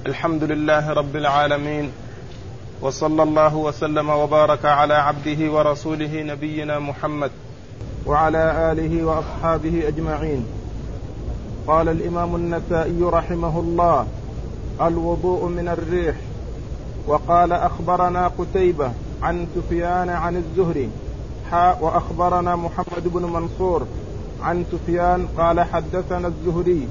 الحمد لله رب العالمين، وصلى الله وسلم وبارك على عبده ورسوله نبينا محمد وعلى آله وأصحابه أجمعين. قال الإمام النسائي رحمه الله: الوضوء من الريح. وقال: أخبرنا قتيبة عن سفيان عن الزهري وأخبرنا محمد بن منصور عن سفيان قال: حدثنا الزهري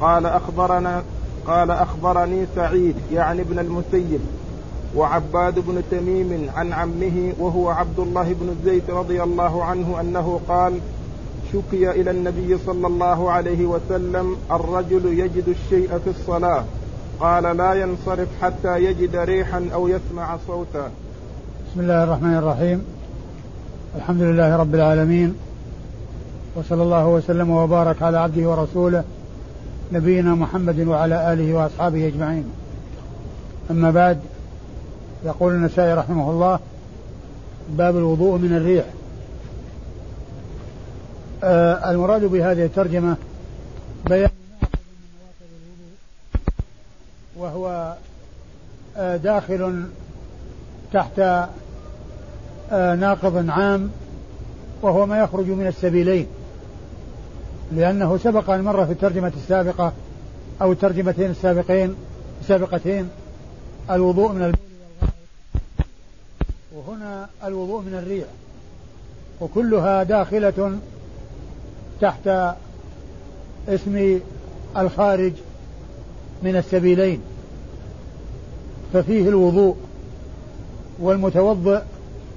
قال أخبرني سعيد يعني ابن المسيب وعباد بن تميم عن عمه وهو عبد الله بن زيد رضي الله عنه أنه قال: شكي إلى النبي صلى الله عليه وسلم الرجل يجد الشيء في الصلاة، قال: لا ينصرف حتى يجد ريحا أو يسمع صوتا. بسم الله الرحمن الرحيم. الحمد لله رب العالمين، وصلى الله وسلم وبارك على عبده ورسوله نبينا محمد وعلى آله وأصحابه أجمعين. أما بعد، يقول النسائي رحمه الله: باب الوضوء من الريح. المراد بهذه الترجمة بيان نواقض الوضوء، وهو داخل تحت ناقض عام، وهو ما يخرج من السبيلين، لأنه سبق أن مر في الترجمة السابقة أو الترجمتين السابقتين الوضوء من البول والغائط، وهنا الوضوء من الريح، وكلها داخلة تحت اسم الخارج من السبيلين، ففيه الوضوء، والمتوضئ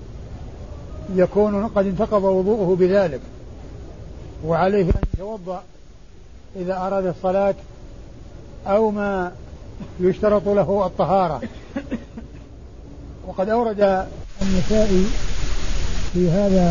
يكون قد انتقض وضوءه بذلك، وعليه أن يتوضأ إذا أراد الصلاة أو ما يشترط له الطهارة. وقد أورد النسائي في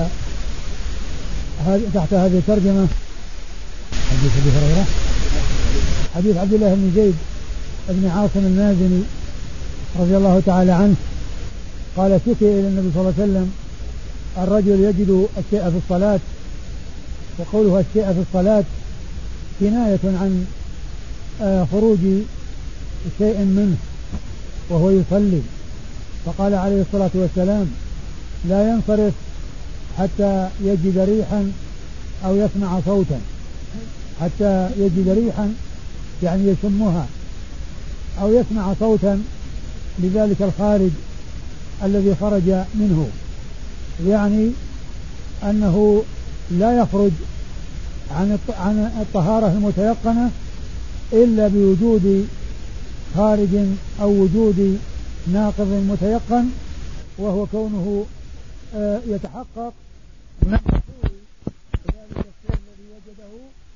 تحت هذه الترجمة حديث أبي هريرة، حديث عبد الله بن زيد بن عاصم المازني رضي الله تعالى عنه قال: شكي إلى النبي صلى الله عليه وسلم الرجل يجد الشيء في الصلاة. وقوله الشيء في الصلاة كناية عن خروج شيء منه وهو يصلي، فقال عليه الصلاة والسلام: لا ينصرف حتى يجد ريحا أو يسمع صوتا. حتى يجد ريحا يعني يشمها، أو يسمع صوتا لذلك الخارج الذي خرج منه، يعني أنه لا يخرج عن الطهارة المتيقنة إلا بوجود خارج أو وجود ناقض متيقن، وهو كونه يتحقق من حصول ذلك الشيء الذي وجده،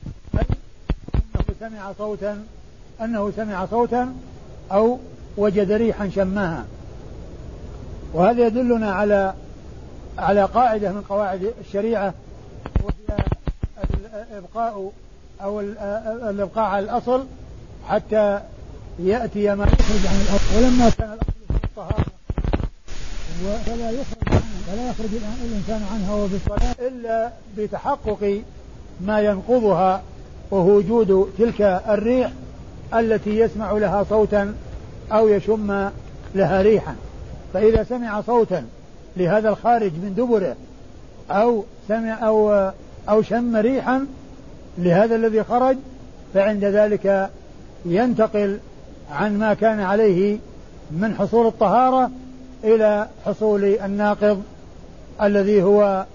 أنه سمع صوتا أو وجد ريحا شمها. وهذا يدلنا على قاعدة من قواعد الشريعة، وهي الإبقاء أو الإبقاء على الأصل حتى يأتي ما يخرج عن الأصل. ولما كان الأصل في الطهارة فلا يخرج الإنسان عنها وهو في الصلاة إلا بتحقق ما ينقضها، وهو وجود تلك الريح التي يسمع لها صوتا أو يشم لها ريحا. فإذا سمع صوتا لهذا الخارج من دبره أو سمع أو شم ريحا لهذا الذي خرج، فعند ذلك ينتقل عن ما كان عليه من حصول الطهارة إلى حصول الناقض الذي هو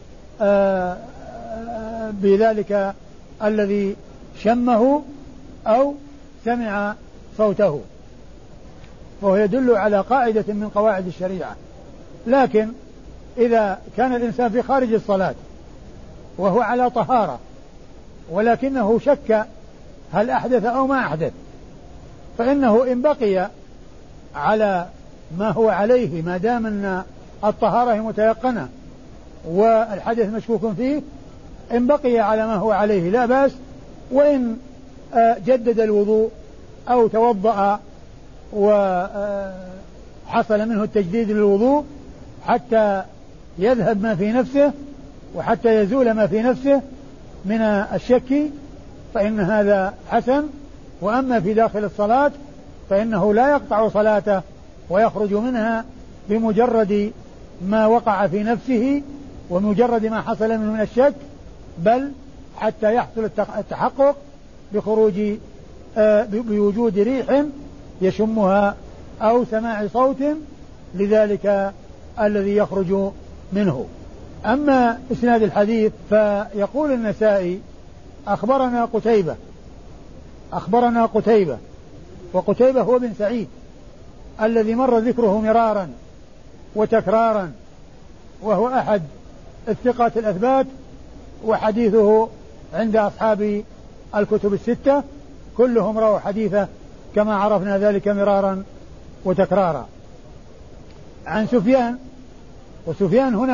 بذلك الذي شمه أو سمع صوته. وهو يدل على قاعدة من قواعد الشريعة. لكن إذا كان الإنسان في خارج الصلاة وهو على طهارة، ولكنه شك هل أحدث أو ما أحدث، فإنه إن بقي على ما هو عليه ما دام أن الطهارة متيقنة والحدث مشكوك فيه، إن بقي على ما هو عليه لا بأس. وإن جدد الوضوء أو توضأ وحصل منه التجديد للوضوء حتى يذهب ما في نفسه وحتى يزول ما في نفسه من الشك، فإن هذا حسن. وأما في داخل الصلاة فإنه لا يقطع صلاته ويخرج منها بمجرد ما وقع في نفسه ومجرد ما حصل منه من الشك، بل حتى يحصل التحقق بخروج بوجود ريح يشمها أو سماع صوت لذلك الذي يخرج منه. أما إسناد الحديث فيقول النسائي أخبرنا قتيبة، وقتيبة هو بن سعيد الذي مر ذكره مرارا وتكرارا، وهو أحد الثقات الأثبات، وحديثه عند أصحاب الكتب الستة كلهم رووا حديثه كما عرفنا ذلك مرارا وتكرارا. عن سفيان، وسفيان هنا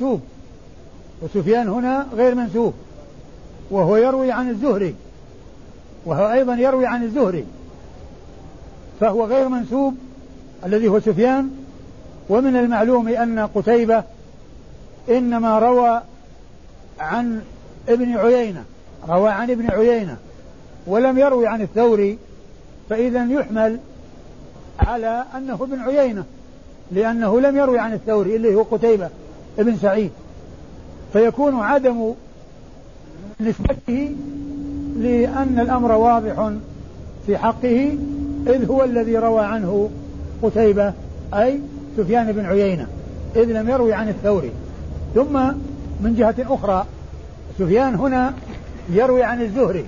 غير منسوب، وهو يروي عن الزهري، وهو أيضا يروي عن الزهري، فهو غير منسوب الذي هو سفيان. ومن المعلوم أن قتيبة إنما روى عن ابن عيينة ولم يروي عن الثوري، فإذا يحمل على أنه ابن عيينة، لأنه لم يروي عن الثوري اللي هو قتيبة ابن سعيد، فيكون عدم نسبته لأن الأمر واضح في حقه، إذ هو الذي روى عنه قتيبة أي سفيان بن عيينة، إذ لم يروي عن الثوري. ثم من جهة أخرى سفيان هنا يروي عن الزهري،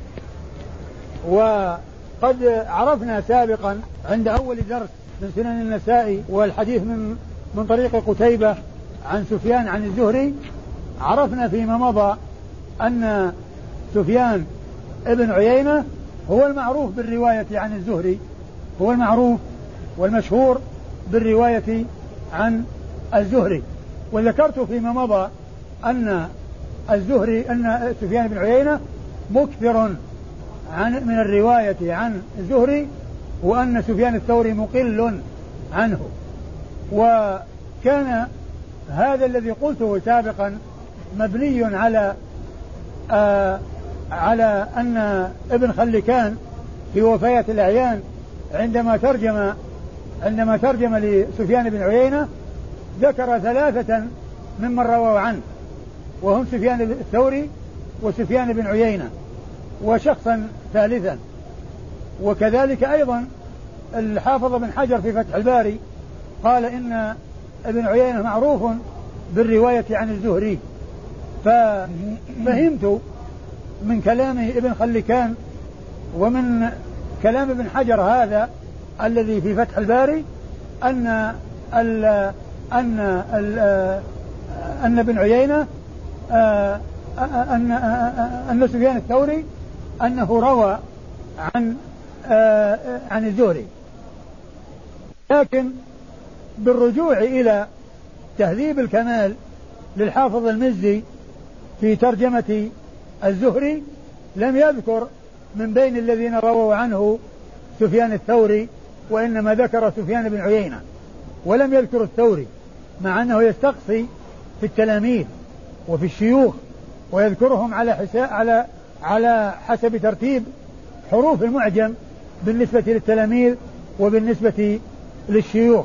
وقد عرفنا سابقا عند أول درس من سنن النسائي والحديث من طريق قتيبة عن سفيان عن الزهري، عرفنا فيما مضى أن سفيان ابن عيينة هو المعروف بالرواية عن الزهري، هو المعروف والمشهور بالرواية عن الزهري. وذكرت فيما مضى أن سفيان بن عيينة مكثر من الرواية عن الزهري، وأن سفيان الثوري مقل عنه. وكان هذا الذي قلته سابقا مبني على أن ابن خلكان في وفاة الأعيان عندما ترجم لسفيان بن عيينة ذكر ثلاثة ممن رووا عنه، وهم سفيان الثوري وسفيان بن عيينة وشخصا ثالثا. وكذلك أيضا الحافظ بن حجر في فتح الباري قال إن ابن عيينة معروف بالرواية عن الزهري، ففهمت من كلام ابن خلكان ومن كلام ابن حجر هذا الذي في فتح الباري أن ابن عيينة أن سفيان الثوري أنه روى عن الزهري. لكن بالرجوع إلى تهذيب الكمال للحافظ المزي في ترجمة الزهري لم يذكر من بين الذين رووا عنه سفيان الثوري، وإنما ذكر سفيان بن عيينة ولم يذكر الثوري، مع أنه يستقصي في التلاميذ وفي الشيوخ ويذكرهم على حسب ترتيب حروف المعجم بالنسبة للتلاميذ وبالنسبة للشيوخ.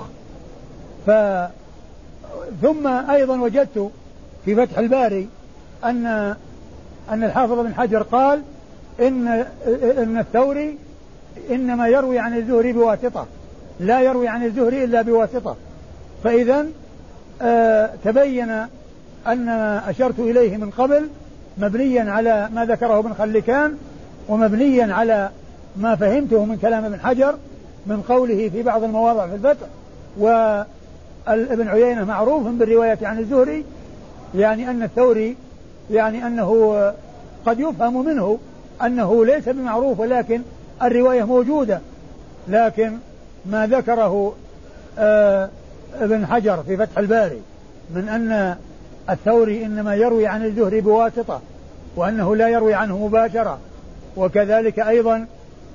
ثم أيضا وجدت في فتح الباري أن الحافظ بن حجر قال إن الثوري إنما يروي عن الزهري بواسطة، لا يروي عن الزهري إلا بواسطة. فإذا تبين أن ما أشرت إليه من قبل مبنيا على ما ذكره ابن خلكان، ومبنيا على ما فهمته من كلام ابن حجر من قوله في بعض المواضع في الفتح وابن عيينة معروف بالرواية عن الزهري، يعني أن الثوري يعني أنه قد يفهم منه أنه ليس بمعروف، ولكن الرواية موجودة. لكن ما ذكره ابن حجر في فتح الباري من أن الثوري إنما يروي عن الزهري بواسطة وأنه لا يروي عنه مباشرة، وكذلك أيضا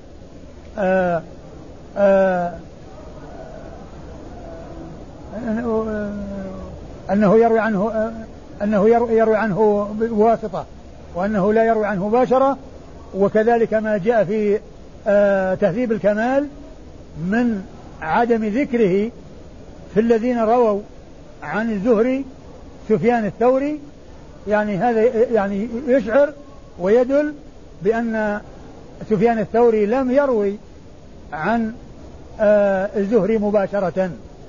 أنه يروي عنه بواسطة وأنه لا يروي عنه مباشرة، وكذلك ما جاء في تهذيب الكمال من عدم ذكره في الذين رووا عن الزهري سفيان الثوري، يعني هذا يعني يشعر ويدل بأن سفيان الثوري لم يروي عن الزهري مباشرة.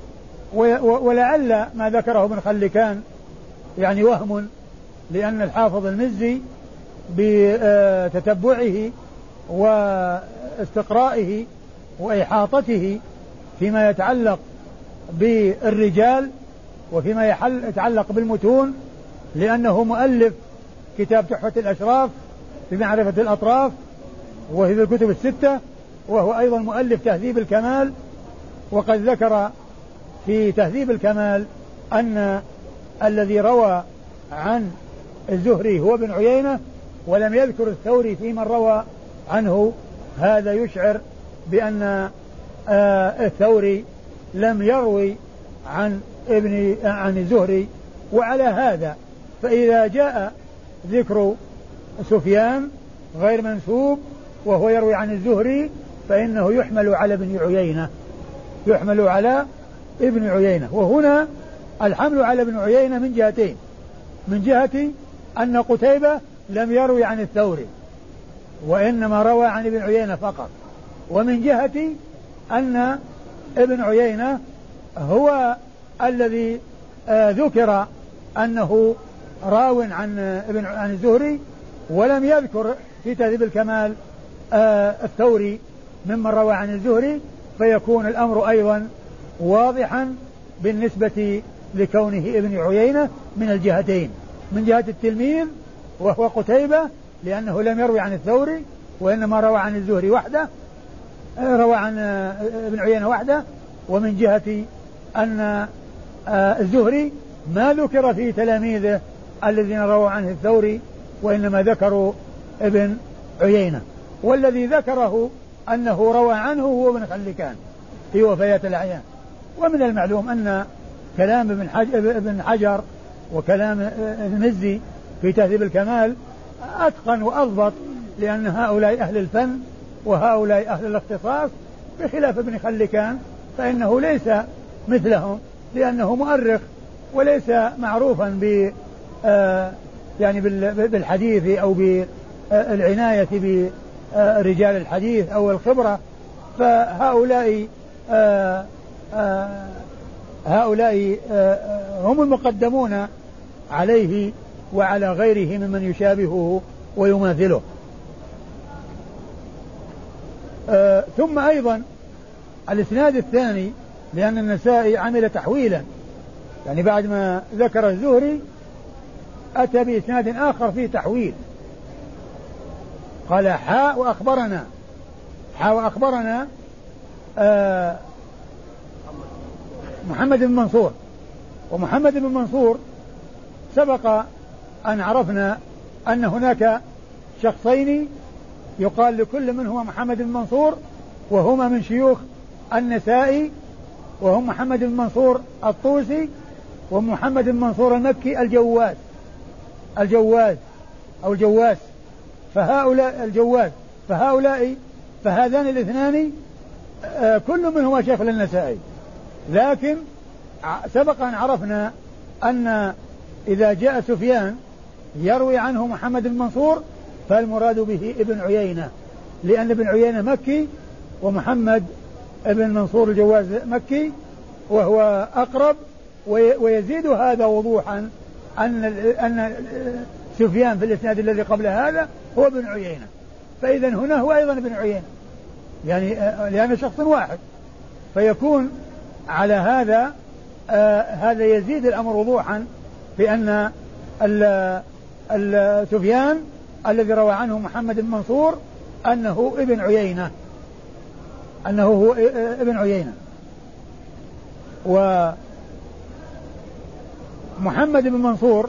ولعل ما ذكره ابن خلكان يعني وهم، لأن الحافظ المزي بتتبعه واستقرائه وإحاطته فيما يتعلق بالرجال وفيما يتعلق بالمتون، لأنه مؤلف كتاب تحفة الأشراف بمعرفة الأطراف وهي الكتب الستة، وهو أيضا مؤلف تهذيب الكمال، وقد ذكر في تهذيب الكمال أن الذي روى عن الزهري هو ابن عيينة، ولم يذكر الثوري في من روى عنه. هذا يشعر بأن الثوري لم يروي عن الزهري. وعلى هذا فإذا جاء ذكر سفيان غير منسوب وهو يروي عن الزهري فإنه يحمل على ابن عيينة. وهنا الحمل على ابن عيينة من جهتين: من جهة أن قتيبة لم يروي عن الثوري وإنما روى عن ابن عيينة فقط، ومن جهة أن ابن عيينة هو الذي ذكر أنه راو عن الزهري، ولم يذكر في تهذيب الكمال الثوري ممن روى عن الزهري، فيكون الأمر أيضا واضحا بالنسبة لكونه ابن عيينة من الجهتين: من جهة التلميذ وهو قتيبة لأنه لم يروي عن الثوري وإنما روى عن الزهري وحده، روى عن ابن عيينة وحده، ومن جهة أن الزهري ما ذكر في تلاميذه الذين رووا عنه الثوري وإنما ذكروا ابن عيينة. والذي ذكره أنه روى عنه هو ابن خلكان في وفيات الأعيان. ومن المعلوم أن كلام ابن حجر وكلام المزي في تهذيب الكمال أتقن وأضبط، لأن هؤلاء أهل الفن وهؤلاء أهل الاختصاص، بخلاف ابن خلكان فإنه ليس مثلهم، لأنه مؤرخ وليس معروفا يعني بالحديث أو بالعناية برجال الحديث أو الخبرة. فهؤلاء هم المقدمون عليه وعلى غيره ممن يشابهه ويماثله. ثم أيضا الإسناد الثاني، لأن النسائي عمل تحويلا، يعني بعد ما ذكر الزهري أتى بإسناد آخر فيه تحويل، قال حاء وأخبرنا محمد بن منصور. ومحمد بن منصور سبق أن عرفنا أن هناك شخصين يقال لكل منهما محمد بن منصور، وهما من شيوخ النسائي، وهم محمد بن منصور الطوسي ومحمد بن منصور المكي الجواز. فهذان الاثنان كل منهما شيخ للنسائي، لكن سبق أن عرفنا أن إذا جاء سفيان يروي عنه محمد بن منصور فالمراد به ابن عيينة، لأن ابن عيينة مكي ومحمد بن منصور الجواز مكي، وهو أقرب. ويزيد هذا وضوحا أن سفيان في الإسناد الذي قبل هذا هو ابن عيينة، فإذا هنا هو أيضا ابن عيينة، يعني لأن شخص واحد، فيكون على هذا هذا يزيد الأمر وضوحا بأن سفيان الذي روى عنه محمد بن منصور أنه ابن عيينة، ومحمد بن منصور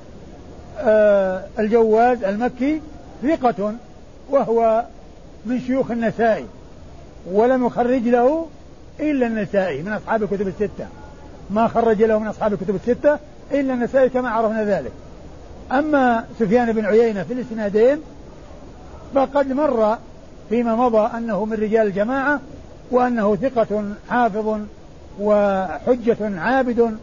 الجواز المكي ثقة، وهو من شيوخ النسائي، ولم يخرج له إلا النسائي من أصحاب الكتب الستة، ما خرج له من أصحاب الكتب الستة إلا النسائي كما عرفنا ذلك. أما سفيان بن عيينة في الإسنادين فقد مر فيما مضى أنه من رجال الجماعة، وأنه ثقة حافظ وحجة عابد،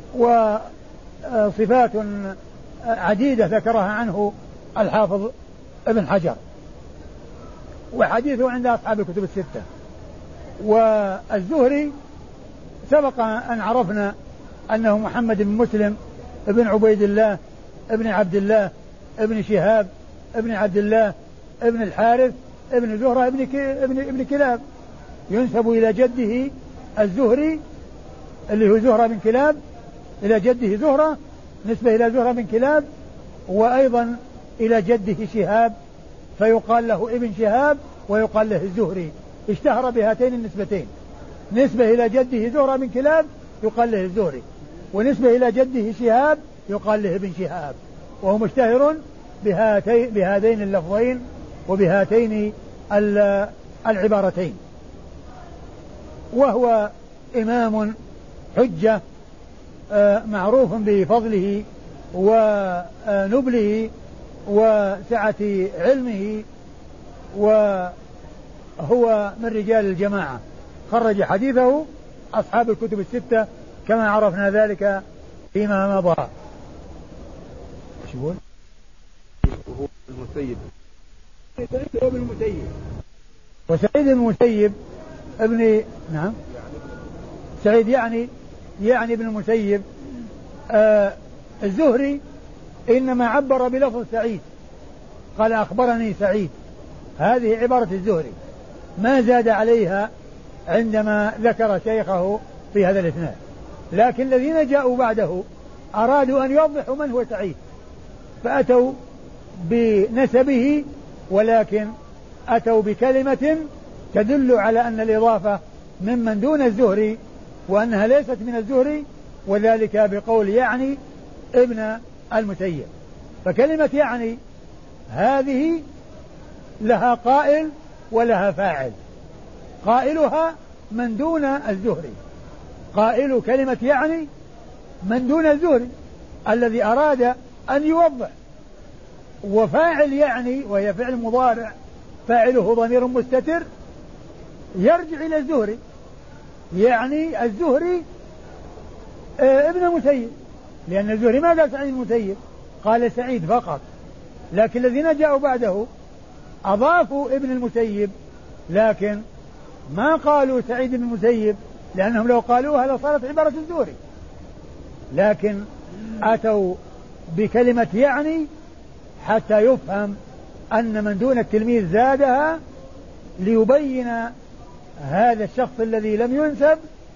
وصفات عديدة ذكرها عنه الحافظ ابن حجر، وحديثه عند أصحاب الكتب الستة. والزهري سبق أن عرفنا أنه محمد بن مسلم ابن عبيد الله ابن عبد الله ابن شهاب ابن عبد الله ابن الحارث ابن زهرة ابن كلاب، ينسب إلى جده الزهري اللي هو زهرة بن كلاب، إلى جده زهرة نسبة إلى زهرة بن كلاب، وأيضا إلى جده شهاب فيقال له ابن شهاب ويقال له الزهري، اشتهر بهاتين النسبتين، نسبة إلى جده زهرة بن كلاب يقال له الزهري، ونسبة إلى جده شهاب يقال له ابن شهاب، وهو مشتهر بهذين اللفظين وبهاتين العبارتين. وهو إمام حجة معروف بفضله ونبله وسعة علمه، وهو من رجال الجماعة، خرج حديثه أصحاب الكتب الستة كما عرفنا ذلك فيما مضى. وهو المسيب، هو ابن المسيب، وسعيد بن المسيب ابن نعم سعيد يعني ابن المسيب. الزهري إنما عبر بلفظ سعيد، قال أخبرني سعيد، هذه عبارة الزهري، ما زاد عليها عندما ذكر شيخه في هذا الإسناد. لكن الذين جاءوا بعده أرادوا أن يوضحوا من هو سعيد، فأتوا بنسبه، ولكن أتوا بكلمة تدل على أن الإضافة ممن دون الزهري وأنها ليست من الزهري، وذلك بقول يعني ابن المسيب. فكلمة يعني هذه لها قائل ولها فاعل، قائلها من دون الزهري، قائل كلمة يعني من دون الزهري الذي أراد أن يوضح، وفاعل يعني وهي فعل مضارع فاعله ضمير مستتر يرجع إلى الزهري، يعني الزهري ابن المسيب، لأن الزهري ما قال سعيد المسيب، قال سعيد فقط. لكن الذين جاءوا بعده أضافوا ابن المسيب، لكن ما قالوا سعيد بن المسيب، لأنهم لو قالوها لصارت عبارة الزهري، لكن أتوا بكلمة يعني حتى يفهم أن من دون التلميذ زادها ليبين هذا الشخص الذي لم ينسب،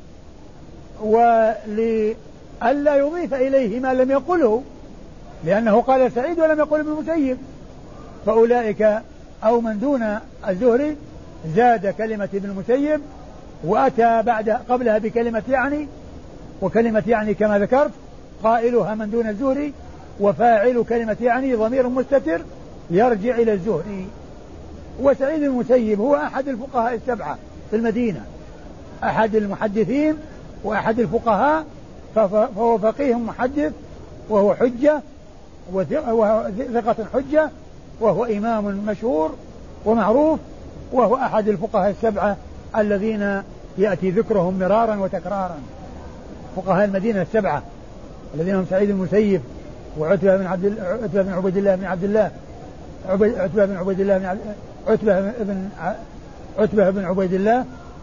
ولئلا يضيف إليه ما لم يقله، لأنه قال سعيد ولم يقل ابن المسيب. فأولئك أو من دون الزهري زاد كلمة ابن المسيب، وأتى قبلها بكلمة يعني، وكلمة يعني كما ذكرت قائلها من دون الزهري، وفاعل كلمة يعني ضمير مستتر يرجع إلى الزهري. وسعيد المسيب هو أحد الفقهاء السبعة في المدينة، أحد المحدثين وأحد الفقهاء، فهو فقيه محدث، وهو حجة وهو ثقة حجة، وهو إمام مشهور ومعروف، وهو أحد الفقهاء السبعة الذين يأتي ذكرهم مرارا وتكرارا، فقهاء المدينة السبعة الذين هم سعيد المسيب وعتبة بن عبيد الله بن عبد الله، عتبة بن عبيد الله بن عتبة بن عبيد الله،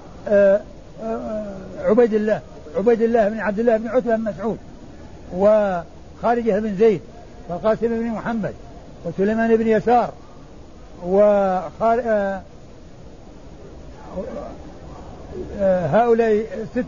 عبيد الله بن عبد الله بن عتبة بن مسعود، وخارجة بن زيد، والقاسم بن محمد، وسليمان بن يسار، هؤلاء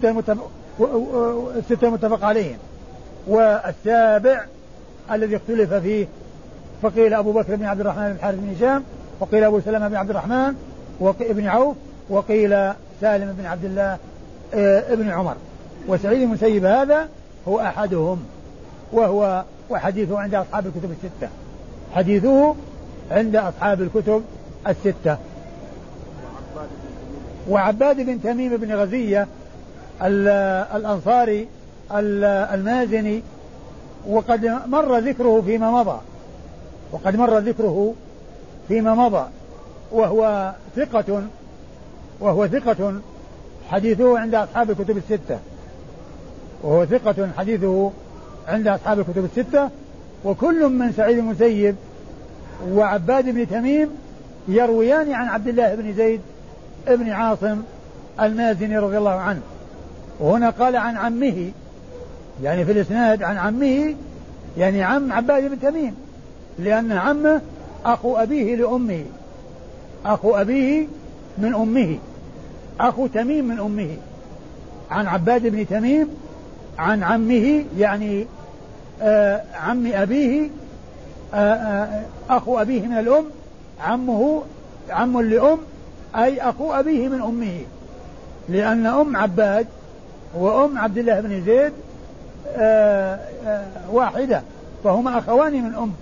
الستة متفق عليهم. والسابع الذي اختلف فيه فقيل أبو بكر بن عبد الرحمن بن الحارث بن هشام، وقيل أبو سلمة بن عبد الرحمن بن عوف، وقيل سالم بن عبد الله ابن عمر. وسعيد المسيب هذا هو أحدهم، وحديثه عند أصحاب الكتب الستة، حديثه عند أصحاب الكتب الستة. وعباد بن تميم بن غزية الأنصاري المازني، وقد مر ذكره فيما مضى، وهو ثقة حديثه عند أصحاب الكتب الستة، وهو ثقة حديثه عند أصحاب الكتب الستة. وكل من سعيد بن المسيب وعباد بن تميم يرويان عن عبد الله بن زيد بن عاصم المازني رضي الله عنه. وهنا قال عن عمه، يعني في الإسناد عن عمه، يعني عم عباد بن تميم، لأن عمه أخو أبيه لأمه، أخو أبيه من أمه، أخو تميم من أمه. عن عباد بن تميم عن عمه، يعني عم أبيه، أخو أبيه من الأم، عمه عم لأم، أي أخو أبيه من أمه، لأن أم عباد وأم عبد الله بن زيد واحدة، فهما أخوان من أم.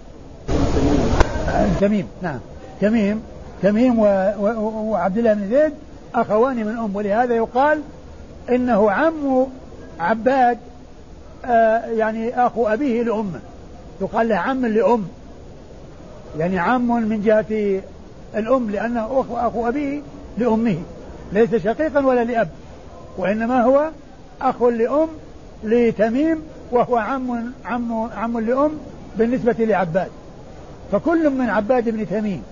تميم، نعم، تميم وعبد الله بن زيد أخوان من أم، ولهذا يقال إنه عم عباد، يعني أخو أبيه لأمه، يقال له عم لأم، يعني عم من جهة الأم، لأنه أخو أبيه لأمه، ليس شقيقا ولا لأب، وإنما هو أخ لأم لتميم، وهو عم لأم بالنسبة لعباد. فكل من عباد بن تميم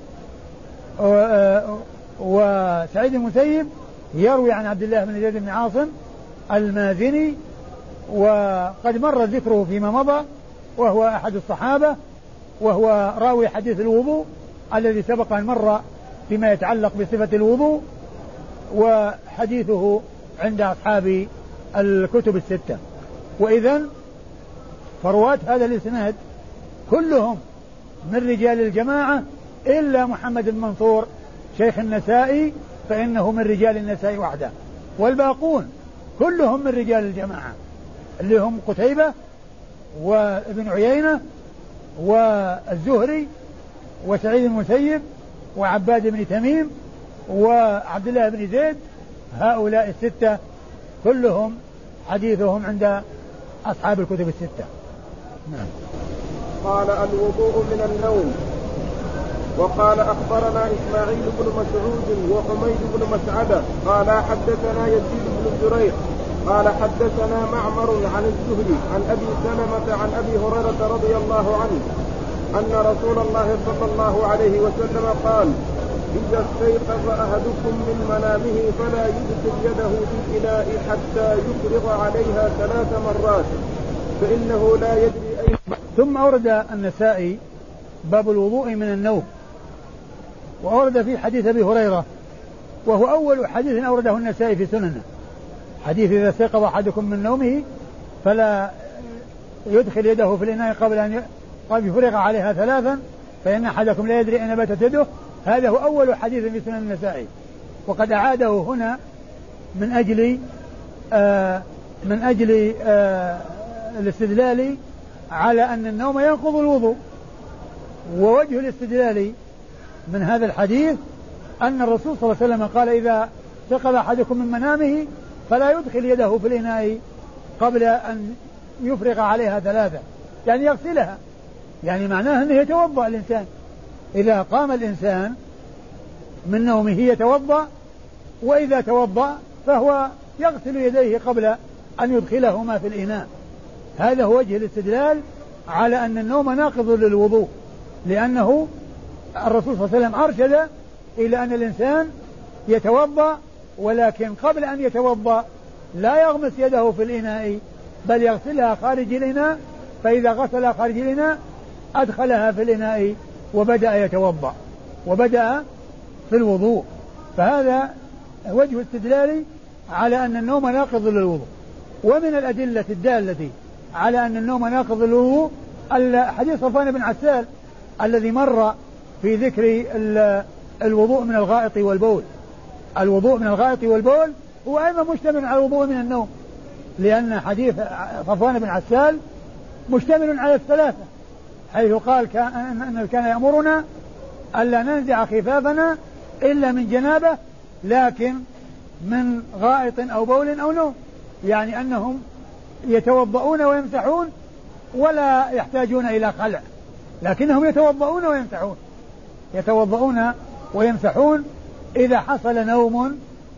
وسعيد المسيب يروي عن عبد الله بن زيد بن عاصم المازني، وقد مر ذكره فيما مضى، وهو أحد الصحابة، وهو راوي حديث الوضوء الذي سبق أن مر فيما يتعلق بصفة الوضوء، وحديثه عند أصحاب الكتب الستة. وإذن فرواة هذا الإسناد كلهم من رجال الجماعة إلا محمد بن منصور شيخ النسائي، فإنه من رجال النسائي وحده، والباقون كلهم من رجال الجماعة اللي هم قتيبة وابن عيينة والزهري وسعيد المسيب وعباد بن تميم وعبد الله بن زيد. هؤلاء الستة كلهم حديثهم عند أصحاب الكتب الستة. نعم. قال الوضوء من النوم. وقال أخبرنا إسماعيل بن مسعود وحميد بن مسعدة قال حدثنا يزيد بن زريع قال حدثنا معمر عن الزهري عن أبي سلمة عن أبي هريرة رضي الله عنه أن رسول الله صلى الله عليه وسلم قال إذا استيقظ أحدكم من منامه فلا يدخل يده في الإناء حتى يفرغ عليها 3 مرات فإنه لا يدري أين. ثم أورد النسائي باب الوضوء من النوم، وأورد فيه حديث أبي هريرة، وهو أول حديث أورده النسائي في سننه، حديث إذا استيقظ أحدكم من نومه فلا يدخل يده في الإناء قبل أن يفرغ عليها 3 فإن أحدكم لا يدري أين باتت يده. هذا هو أول حديث في سنن النسائي، وقد أعاده هنا من أجل الاستدلال على أن النوم ينقض الوضوء. ووجه الاستدلال من هذا الحديث أن الرسول صلى الله عليه وسلم قال إذا استيقظ أحدكم من منامه فلا يدخل يده في الإناء قبل أن يفرغ عليها 3، يعني يغسلها، يعني معناه أنه يتوضأ الإنسان. إذا قام الإنسان من نومه يتوضأ، وإذا توضأ فهو يغسل يديه قبل أن يدخلهما في الإناء. هذا هو وجه الاستدلال على أن النوم ناقض للوضوء، لأنه الرسول صلى الله عليه وسلم أرشد إلى أن الإنسان يتوضأ، ولكن قبل أن يتوضأ لا يغمس يده في الإناء بل يغسلها خارج الإناء، فإذا غسلها خارج الإناء أدخلها في الإناء وبدأ يتوضأ وبدأ في الوضوء. فهذا وجه استدلالي على أن النوم ناقض للوضوء. ومن الأدلة الدالة على أن النوم ناقض للوضوء حديث صفوان بن عسال الذي مر في ذكر الوضوء من الغائط والبول. الوضوء من الغائط والبول هو أيضا مشتمل على الوضوء من النوم، لأن حديث صفوان بن عسال مشتمل على 3، حيث قال كان يأمرنا ألا ننزع خفافنا إلا من جنابه لكن من غائط أو بول أو نوم، يعني أنهم يتوضؤون ويمسحون ولا يحتاجون إلى خلع، لكنهم يتوضؤون ويمسحون إذا حصل نوم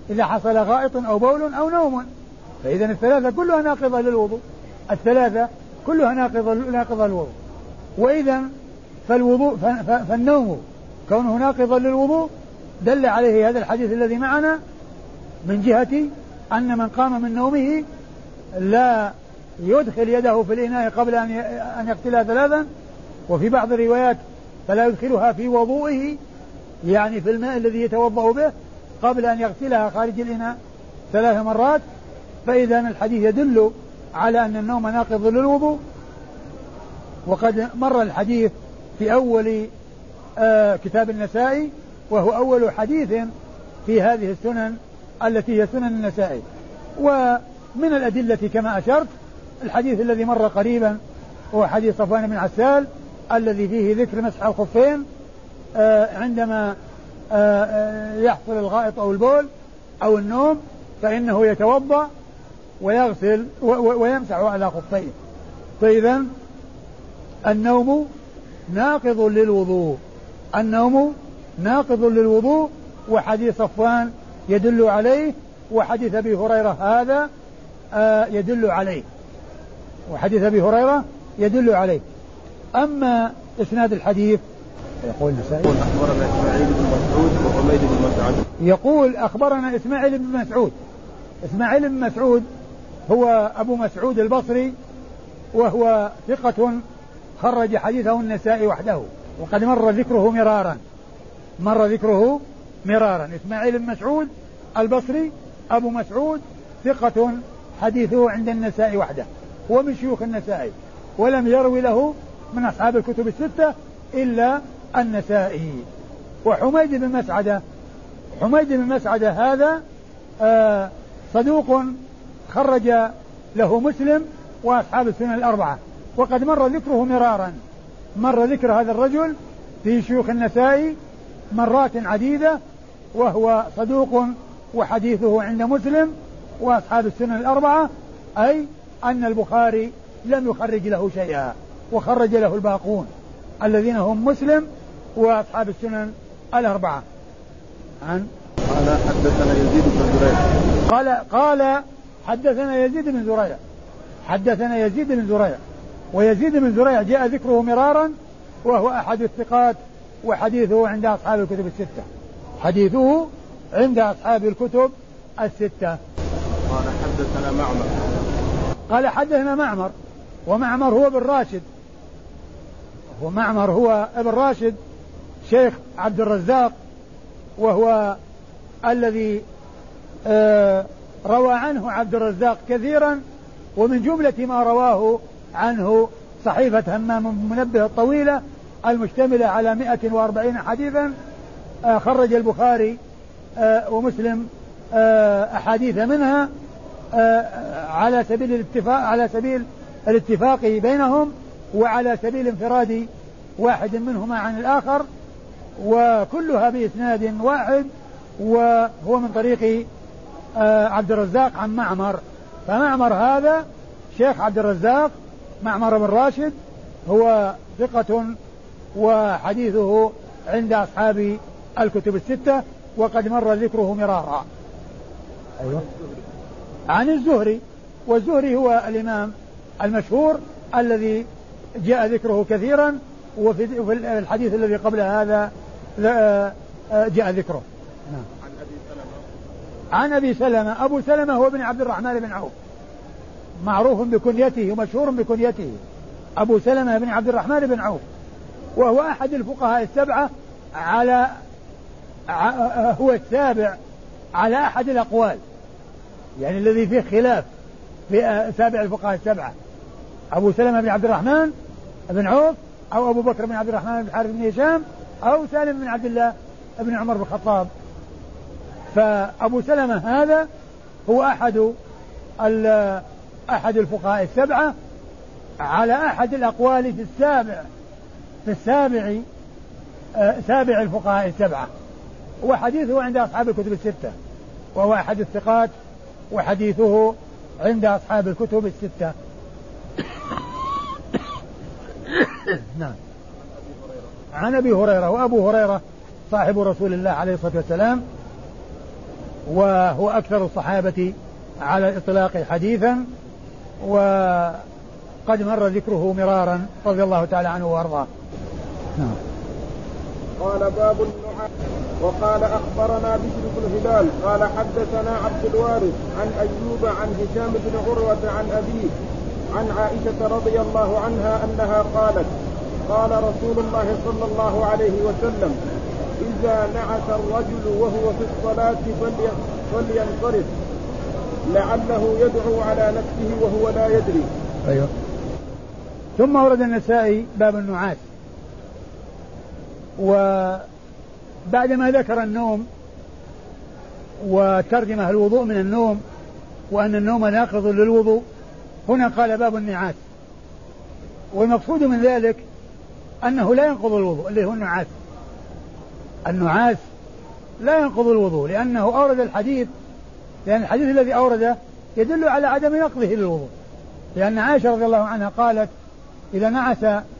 إذا حصل غائط أو بول أو نوم. فإذا الثلاثة كلها ناقضة للوضوء، الثلاثة كلها ناقضة للوضوء. وإذا فالنوم كونه ناقضا للوضوء دل عليه هذا الحديث الذي معنا من جهة أن من قام من نومه لا يدخل يده في الإناء قبل أن يغسلها ثلاثا، وفي بعض الروايات فلا يدخلها في وضوئه، يعني في الماء الذي يتوضأ به قبل أن يغسلها خارج الإناء 3 مرات. فإذا الحديث يدل على أن النوم ناقض للوضوء. وقد مر الحديث في أول كتاب النسائي، وهو أول حديث في هذه السنن التي هي سنن النسائي. ومن الأدلة كما أشرت الحديث الذي مر قريبا هو حديث صفوان بن عسال الذي فيه ذكر مسح الخفين عندما يحصل الغائط أو البول أو النوم، فإنه يتوضأ ويغسل ويمسح على خفيه. فإذا النوم ناقض للوضوء، النوم ناقض للوضوء، وحديث صفوان يدل عليه، وحديث أبي هريرة هذا يدل عليه، وحديث أبي هريرة يدل عليه. أما إسناد الحديث يقول أخبرنا إسماعيل بن مسعود وحميد بن مسعود. يقول أخبرنا إسماعيل بن مسعود. إسماعيل بن مسعود هو أبو مسعود البصري، وهو ثقة خرج حديثه النسائي وحده، وقد مر ذكره مرارا. إسماعيل بن مسعود البصري أبو مسعود ثقة حديثه عند النسائي وحده، ومن شيوخ النسائي، ولم يروي له من أصحاب الكتب الستة إلا النسائي. وحميد بن مسعدة هذا صدوق خرج له مسلم وأصحاب السنن الأربعة، وقد مر ذكره مرارا، مر ذكر هذا الرجل في شيوخ النسائي مرات عديدة، وهو صدوق وحديثه عند مسلم وأصحاب السنن الأربعة، أي أن البخاري لم يخرج له شيئا، وخرج له الباقون الذين هم مسلم وأصحاب السنن الأربعة. قال حدثنا يزيد بن زريع. قال حدثنا يزيد بن زريع. ويزيد بن زريع جاء ذكره مرارا، وهو أحد الثقات، وحديثه عند أصحاب الكتب الستة، حديثه عند أصحاب الكتب الستة. قال حدثنا معمر. ومعمر هو ابن راشد، ابن راشد شيخ عبد الرزاق، وهو الذي روى عنه عبد الرزاق كثيرا، ومن جملة ما رواه عنه صحيفة همام بن منبه الطويلة المشتملة على 140 حديثا، خرج البخاري ومسلم أحاديث منها على سبيل الاتفاق بينهم، وعلى سبيل انفراد واحد منهما عن الآخر، وكلها بإسناد واحد، وهو من طريق عبد الرزاق عن معمر. فمعمر هذا شيخ عبد الرزاق، معمر بن راشد، هو ثقة وحديثه عند أصحاب الكتب الستة، وقد مر ذكره مرارا. أيوة. عن الزهري. والزهري هو الإمام المشهور الذي جاء ذكره كثيرا، وفي الحديث الذي قبل هذا جاء ذكره. نعم. عن أبي سلمة. أبو سلمة هو ابن عبد الرحمن بن عوف، معروف بكنيته ومشهور بكنيته، أبو سلمة بن عبد الرحمن بن عوف، وهو أحد الفقهاء السبعة هو السابع على أحد الأقوال، يعني الذي فيه خلاف في سابع الفقهاء السبعة، أبو سلمة بن عبد الرحمن بن عوف، أو أبو بكر بن عبد الرحمن بن حارث بن هشام، أو سالم بن عبد الله بن عمر بن الخطاب. فأبو سلمة هذا هو أحد الفقهاء السبعة على أحد الأقوال في سابع الفقهاء السبعة، وحديثه عند أصحاب الكتب الستة، وهو أحد الثقات، وحديثه عند أصحاب الكتب الستة. نعم. عن أبي هريرة. وأبو هريرة صاحب رسول الله عليه الصلاة والسلام، وهو أكثر الصحابة على الإطلاق حديثا، وقد مر ذكره مرارا رضي الله تعالى عنه وأرضاه. قال باب النعاس. وقال أخبرنا بشر بن هلال قال حدثنا عبد الوارث عن أيوب عن هشام بن عروة عن أبيه عن عائشة رضي الله عنها أنها قالت قال رسول الله صلى الله عليه وسلم إذا نعس الرجل وهو في الصلاة فلينصرف لعله يدعو على نفسه وهو لا يدري. أيوه. ثم ورد النسائي باب النعاس، وبعدما ذكر النوم وترجمه الوضوء من النوم وأن النوم ناقض للوضوء، هنا قال باب النعاس، والمقصود من ذلك أنه لا ينقض الوضوء اللي هو النعاس. النعاس لا ينقض الوضوء لأنه أورد الحديث، لأن الحديث الذي أورده يدل على عدم نقضه للوضوء، لأن عائشة رضي الله عنها قالت إذا نعس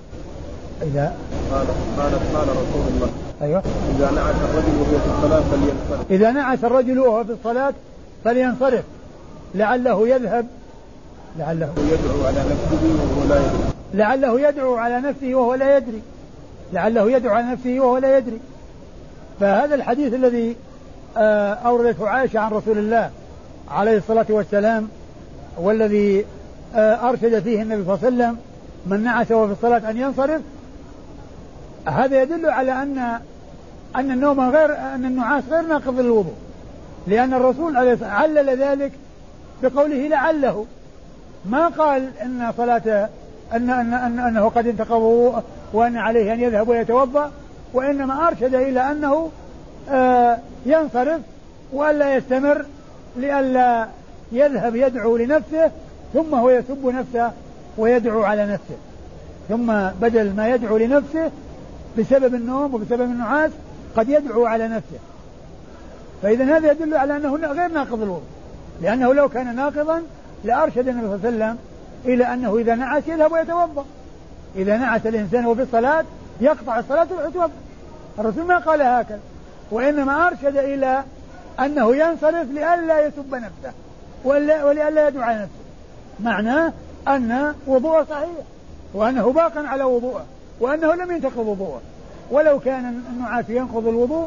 قال رسول الله أيوة إذا نعس الرجل وهو في الصلاة فلينصرف. إذا نعس الرجل وهو في الصلاة فلينصرف لعله يذهب يدعو على نفسه وهو لا يدري. لعله يدعو على نفسه وهو لا يدري. لعله يدعو على نفسه وهو لا يدري. فهذا الحديث الذي أوردته عائشة عن رسول الله عليه الصلاة والسلام، والذي أرشد فيه النبي صلى الله عليه وسلم من نعس وهو في الصلاة أن ينصرف، هذا يدل على أن النعاس غير ناقض للوضوء، لأن الرسول علل ذلك بقوله لعله، ما قال إن صلاة أنه قد انتقض وضوءه وأن عليه أن يذهب ويتوضأ، وإنما أرشد إلى أنه ينصرف وألا يستمر لئلا يذهب يدعو لنفسه ثم هو يسب نفسه ويدعو على نفسه، ثم بدل ما يدعو لنفسه بسبب النوم وبسبب النعاس قد يدعو على نفسه. فإذا هذا يدل على أنه غير ناقض الوضوء، لأنه لو كان ناقضا لأرشد النبي صلى الله عليه وسلم إلى أنه إذا نعس يذهب ويتوضأ. إذا نعس الإنسان وفي الصلاة يقطع الصلاة ويتوضأ. الرسول ما قال هكذا، وإنما أرشد إلى أنه ينصرف لئلا يسب نفسه ولئلا يدعو على نفسه، معناه أن وضوءه صحيح وأنه باق على وضوءه وأنه لم ينتقض وضوءه. ولو كان النعاس ينقض الوضوء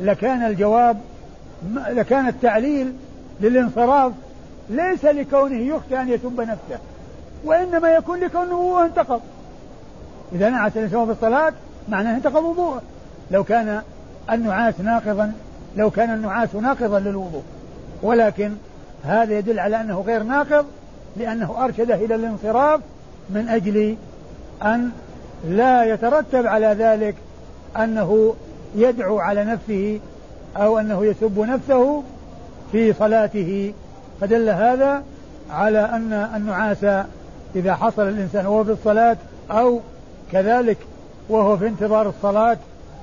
لكان التعليل للانصراف ليس لكونه يخشى أن يسب نفسه، وإنما يكون لكونه وضوءه انتقض. إذا نعس الإنسان في الصلاة معناه انتقض وضوءه لو كان النعاس ناقضا للوضوء، ولكن هذا يدل على أنه غير ناقض، لأنه أرشده إلى الانصراف من أجل أن لا يترتب على ذلك أنه يدعو على نفسه أو أنه يسب نفسه في صلاته. فدل هذا على أن النعاس إذا حصل الإنسان وهو في الصلاة أو كذلك وهو في انتظار الصلاة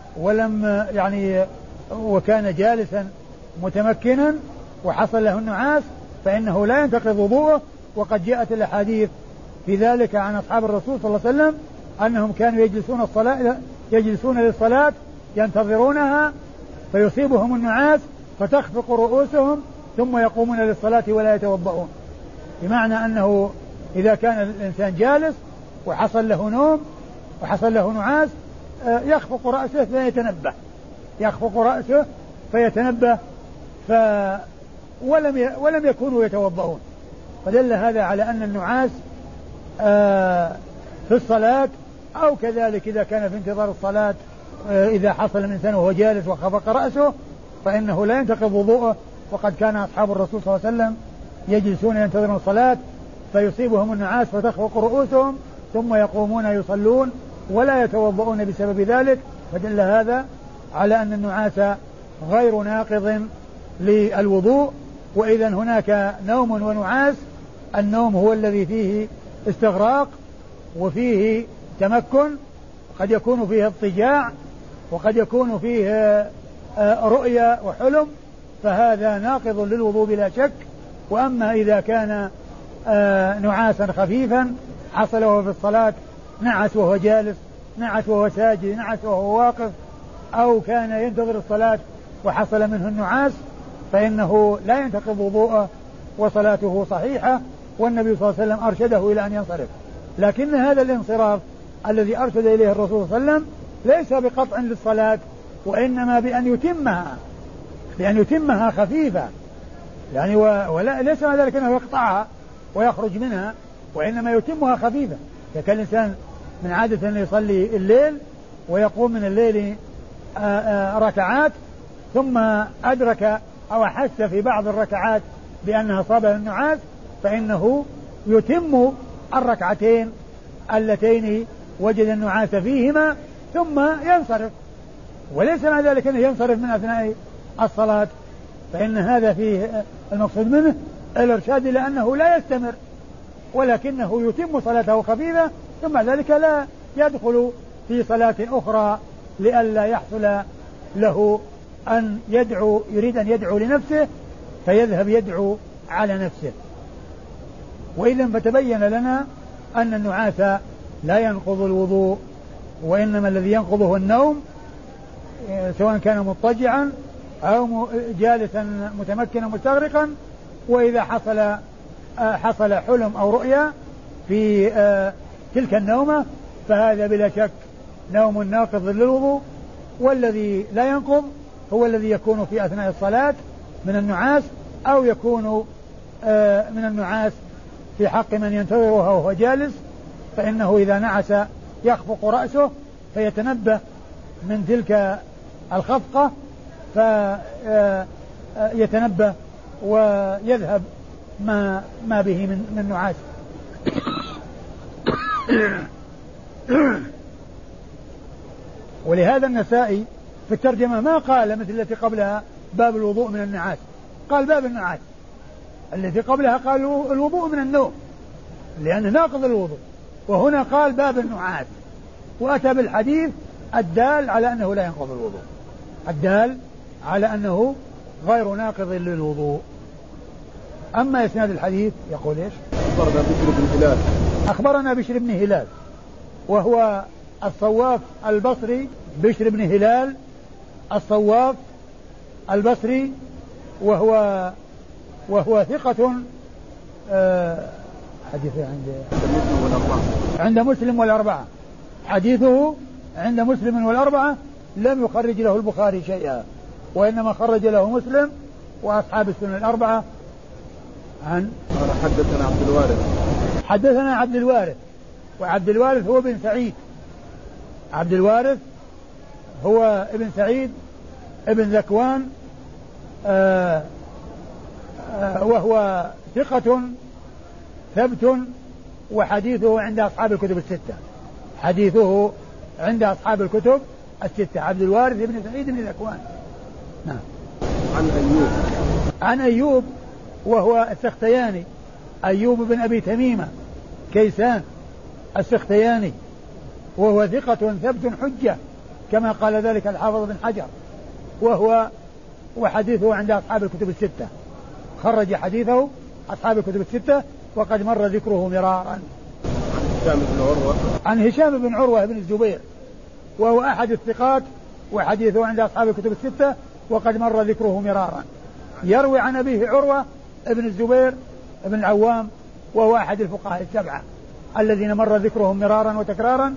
وكان جالسا متمكنا وحصل له النعاس فإنه لا ينتقض وضوءه. وقد جاءت الأحاديث في ذلك عن أصحاب الرسول صلى الله عليه وسلم أنهم كانوا يجلسون للصلاة ينتظرونها فيصيبهم النعاس فتخفق رؤوسهم ثم يقومون للصلاة ولا يتوضؤون، بمعنى أنه إذا كان الإنسان جالس وحصل له نوم وحصل له نعاس يخفق رأسه فيتنبه ولم يكونوا يتوضؤون. فدل هذا على أن النعاس في الصلاة أو كذلك إذا كان في انتظار الصلاة إذا حصل الإنسان وهو جالس وخفق رأسه فإنه لا ينتقض وضوءه. وقد كان أصحاب الرسول صلى الله عليه وسلم يجلسون ينتظرون الصلاة فيصيبهم النعاس فتخفق رؤوسهم ثم يقومون يصلون ولا يتوضؤون بسبب ذلك. فدل هذا على أن النعاس غير ناقض للوضوء. وإذا هناك نوم ونعاس، النوم هو الذي فيه استغراق وفيه تمكن، قد يكون فيه اضطجاع وقد يكون فيه رؤيا وحلم، فهذا ناقض للوضوء بلا شك. وأما إذا كان نعاسا خفيفا حصل وهو في الصلاة، نعس وهو جالس، نعس وهو ساجد، نعس وهو واقف، أو كان ينتظر الصلاة وحصل منه النعاس، فإنه لا ينتقض وضوءه وصلاته صحيحة، والنبي صلى الله عليه وسلم أرشده إلى أن ينصرف. لكن هذا الانصراف الذي أرشد إليه الرسول صلى الله عليه وسلم ليس بقطع للصلاة، وإنما بأن يتمها خفيفة، يعني ولا ليس معنى ذلك أنه يقطعها ويخرج منها، وإنما يتمها خفيفة. فكان الإنسان من عادة أن يصلي الليل ويقوم من الليل ركعات، ثم أدرك أو أحس في بعض الركعات بأنها أصابه النعاس، فإنه يتم الركعتين اللتين وجد النعاس فيهما ثم ينصرف، وليس مع ذلك أنه ينصرف من أثناء الصلاة، فإن هذا فيه المقصود منه الإرشاد إلى أنه لا يستمر، ولكنه يتم صلاته خفيفة، ثم ذلك لا يدخل في صلاة أخرى لئلا يحصل له أن يريد أن يدعو لنفسه فيذهب يدعو على نفسه. وإذا فتبين لنا أن النعاس لا ينقض الوضوء، وإنما الذي ينقضه النوم، سواء كان مضطجعا أو جالسا متمكنا مستغرقا. وإذا حصل حلم أو رؤيا في تلك النومة فهذا بلا شك نوم ناقض للوضوء. والذي لا ينقض هو الذي يكون في أثناء الصلاة من النعاس، أو يكون من النعاس في حق من ينتظرها وهو جالس، فإنه إذا نعس يخفق رأسه فيتنبه من تلك الخفقة فيتنبه ويذهب ما به من نعاس. ولهذا النسائي في الترجمة ما قال مثل التي قبلها باب الوضوء من النعاس، قال باب النعاس. التي قبلها قال الوضوء من النوم لأنه ناقض الوضوء، وهنا قال باب النعاس، وأتى بالحديث الدال على أنه لا ينقض الوضوء، الدال على أنه غير ناقض للوضوء. أما إسناد الحديث يقول إيش؟ أخبرنا بشر بن هلال. أخبرنا بشر بن هلال وهو الصواف البصري، بشر بن هلال الصواف البصري، وهو ثقة. حديثه عند مسلم والأربعة، حديثه عند مسلم والأربعة، لم يخرج له البخاري شيئا، وإنما خرج له مسلم وأصحاب السنن الأربعة. حدثنا عبد الوارث. حدثنا عبد الوارث، وعبد الوارث هو بن سعيد، عبد الوارث هو ابن سعيد ابن ذكوان، وهو ثقة ثبت، وحديثه عند أصحاب الكتب الستة، حديثه عند أصحاب الكتب الستة. عبد الوارث ابن سعيد ابن ذكوان. نعم. عن أيوب وهو السختياني، أيوب بن أبي تميمة كيسان السختياني، وهو ثقة ثبت حجة كما قال ذلك الحافظ بن حجر، وحديثه عند أصحاب الكتب الستة، خرج حديثه أصحاب الكتب الستة، وقد مر ذكره مرارا. عن هشام بن عروة بن الزبير، وهو أحد الثقات، وحديثه عند أصحاب الكتب الستة، وقد مر ذكره مرارا. يروي عن أبيه عروة بن الزبير بن العوام، وهو أحد الفقهاء السبعة الذين مر ذكرهم مرارا وتكرارا،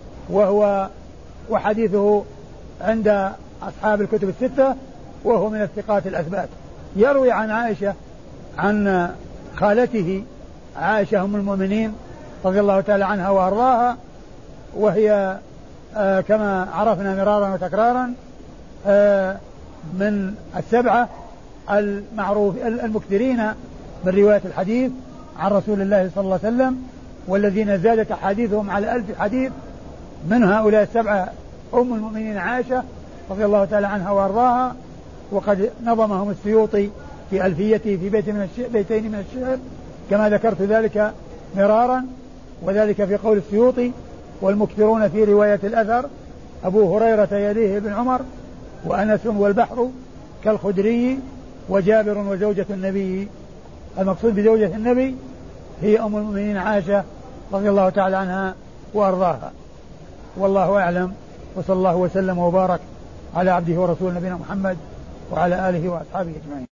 وحديثه عند أصحاب الكتب الستة، وهو من الثقات الأثبات. يروي عن عائشة، عن خالته عائشة أم المؤمنين رضي الله تعالى عنها وأرضاها، وهي كما عرفنا مرارا وتكرارا من السبعة المعروف المكثرين من رواية الحديث عن رسول الله صلى الله عليه وسلم، والذين زادت أحاديثهم على 1000 حديث. من هؤلاء السبعة أم المؤمنين عائشة رضي الله تعالى عنها وأرضاها، وقد نظمهم السيوطي في ألفيته في بيتين من الشعر كما ذكرت ذلك مرارا، وذلك في قول السيوطي: والمكثرون في رواية الأثر أبو هريرة يليه ابن عمر، وأنس والبحر كالخدري، وجابر وزوجة النبي. المقصود بزوجة النبي هي أم المؤمنين عائشة رضي الله تعالى عنها وأرضاها. والله أعلم، وصلى الله وسلم وبارك على عبده ورسوله نبينا محمد وعلى آله وأصحابه أجمعين.